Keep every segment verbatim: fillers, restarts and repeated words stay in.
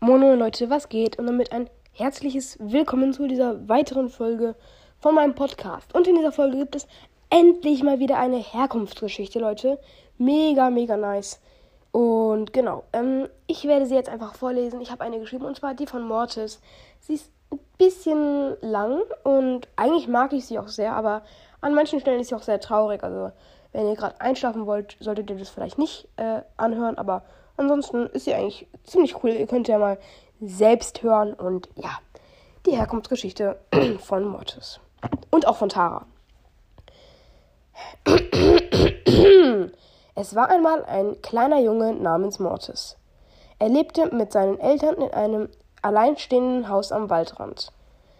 Moin Leute, was geht? Und damit ein herzliches Willkommen zu dieser weiteren Folge von meinem Podcast. Und in dieser Folge gibt es endlich mal wieder eine Herkunftsgeschichte, Leute. Mega, mega nice. Und genau, ähm, ich werde sie jetzt einfach vorlesen. Ich habe eine geschrieben, und zwar die von Mortis. Sie ist ein bisschen lang und eigentlich mag ich sie auch sehr, aber an manchen Stellen ist sie auch sehr traurig. Also wenn ihr gerade einschlafen wollt, solltet ihr das vielleicht nicht äh, anhören, aber ansonsten ist sie eigentlich ziemlich cool. Ihr könnt ja mal selbst hören. Und ja, die Herkunftsgeschichte von Mortis. Und auch von Tara. Es war einmal ein kleiner Junge namens Mortis. Er lebte mit seinen Eltern in einem alleinstehenden Haus am Waldrand.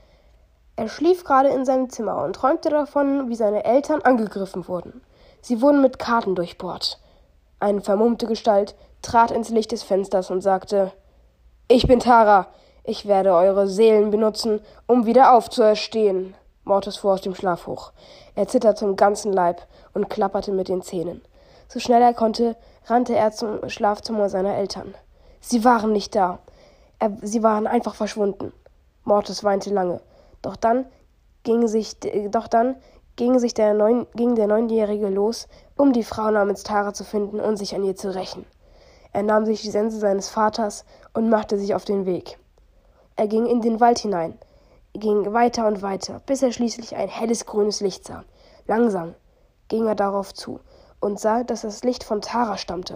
Er schlief gerade in seinem Zimmer und träumte davon, wie seine Eltern angegriffen wurden. Sie wurden mit Karten durchbohrt. Eine vermummte Gestalt trat ins Licht des Fensters und sagte: »Ich bin Tara. Ich werde eure Seelen benutzen, um wieder aufzuerstehen.« Mortis fuhr aus dem Schlaf hoch. Er zitterte im ganzen Leib und klapperte mit den Zähnen. So schnell er konnte, rannte er zum Schlafzimmer seiner Eltern. Sie waren nicht da. Er, sie waren einfach verschwunden. Mortis weinte lange. Doch dann ging sich, doch dann ging sich der, Neun, ging der Neunjährige los, um die Frau namens Tara zu finden und sich an ihr zu rächen. Er nahm sich die Sense seines Vaters und machte sich auf den Weg. Er ging in den Wald hinein, ging weiter und weiter, bis er schließlich ein helles grünes Licht sah. Langsam ging er darauf zu und sah, dass das Licht von Tara stammte,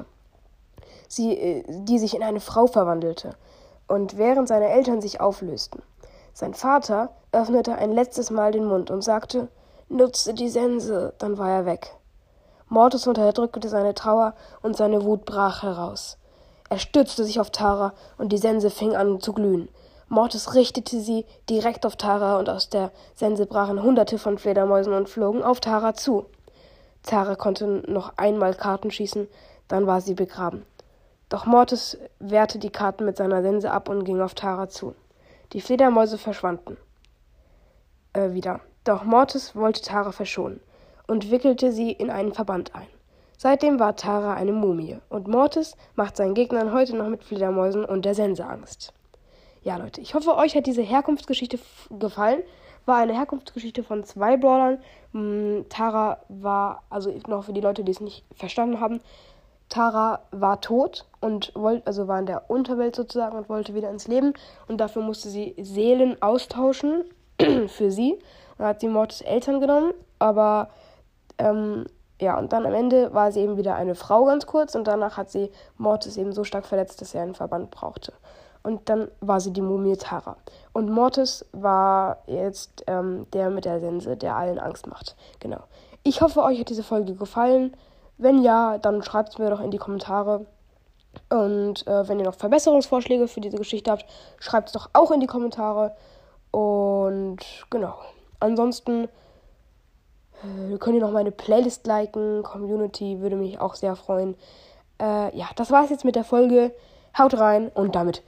sie, die sich in eine Frau verwandelte, und während seine Eltern sich auflösten. Sein Vater öffnete ein letztes Mal den Mund und sagte: »Nutze die Sense«, dann war er weg. Mortis unterdrückte seine Trauer und seine Wut brach heraus. Er stürzte sich auf Tara und die Sense fing an zu glühen. Mortis richtete sie direkt auf Tara und aus der Sense brachen hunderte von Fledermäusen und flogen auf Tara zu. Tara konnte noch einmal Karten schießen, dann war sie begraben. Doch Mortis wehrte die Karten mit seiner Sense ab und ging auf Tara zu. Die Fledermäuse verschwanden äh, wieder. Doch Mortis wollte Tara verschonen und wickelte sie in einen Verband ein. Seitdem war Tara eine Mumie und Mortis macht seinen Gegnern heute noch mit Fledermäusen und der Sense Angst. Ja, Leute, ich hoffe, euch hat diese Herkunftsgeschichte f- gefallen. War eine Herkunftsgeschichte von zwei Brawlern. Hm, Tara war, also noch für die Leute, die es nicht verstanden haben, Tara war tot und wollte, also war in der Unterwelt sozusagen und wollte wieder ins Leben. Und dafür musste sie Seelen austauschen für sie. Und dann hat sie Mortis Eltern genommen, aber ähm, ja, und dann am Ende war sie eben wieder eine Frau ganz kurz und danach hat sie Mortis eben so stark verletzt, dass er einen Verband brauchte. Und dann war sie die Mumie Tara. Und Mortis war jetzt ähm, der mit der Sense, der allen Angst macht. Genau. Ich hoffe, euch hat diese Folge gefallen. Wenn ja, dann schreibt es mir doch in die Kommentare. Und äh, wenn ihr noch Verbesserungsvorschläge für diese Geschichte habt, schreibt es doch auch in die Kommentare. Und genau. Ansonsten äh, könnt ihr noch meine Playlist liken. Community würde mich auch sehr freuen. Äh, ja, das war's jetzt mit der Folge. Haut rein und damit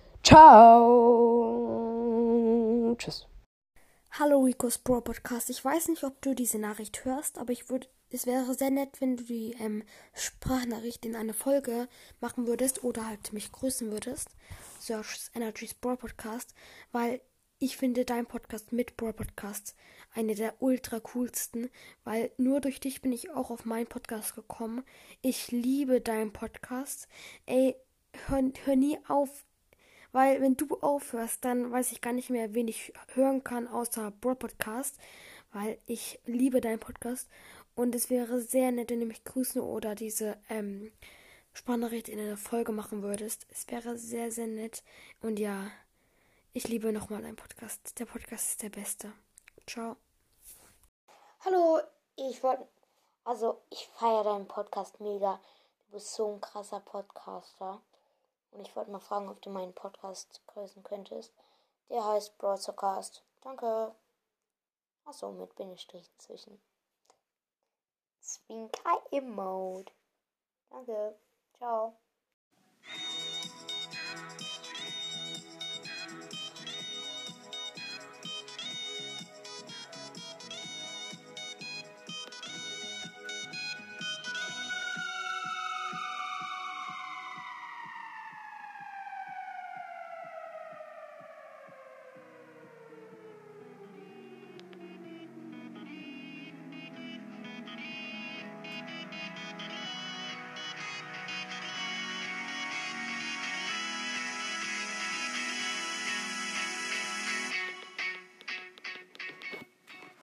ciao. Tschüss. Hallo Ricos Brawl Podcast. Ich weiß nicht, ob du diese Nachricht hörst, aber ich würde, es wäre sehr nett, wenn du die ähm, Sprachnachricht in eine Folge machen würdest oder halt mich grüßen würdest. Search Energy's Brawl Podcast, weil ich finde dein Podcast mit Brawl Podcasts eine der ultra coolsten, weil nur durch dich bin ich auch auf meinen Podcast gekommen. Ich liebe deinen Podcast. Ey, hör, hör nie auf. Weil wenn du aufhörst, dann weiß ich gar nicht mehr, wen ich hören kann, außer Brawl Podcast. Weil ich liebe deinen Podcast. Und es wäre sehr nett, wenn du mich grüßen oder diese ähm, Sprachnachricht in einer Folge machen würdest. Es wäre sehr, sehr nett. Und ja, ich liebe nochmal deinen Podcast. Der Podcast ist der beste. Ciao. Hallo, ich wollte, also ich feiere deinen Podcast mega. Du bist so ein krasser Podcaster. Und ich wollte mal fragen, ob du meinen Podcast grüßen könntest. Der heißt Broadcast. Danke. Achso, mit Bindestrich zwischen. Zwinker-Emote. Danke. Ciao.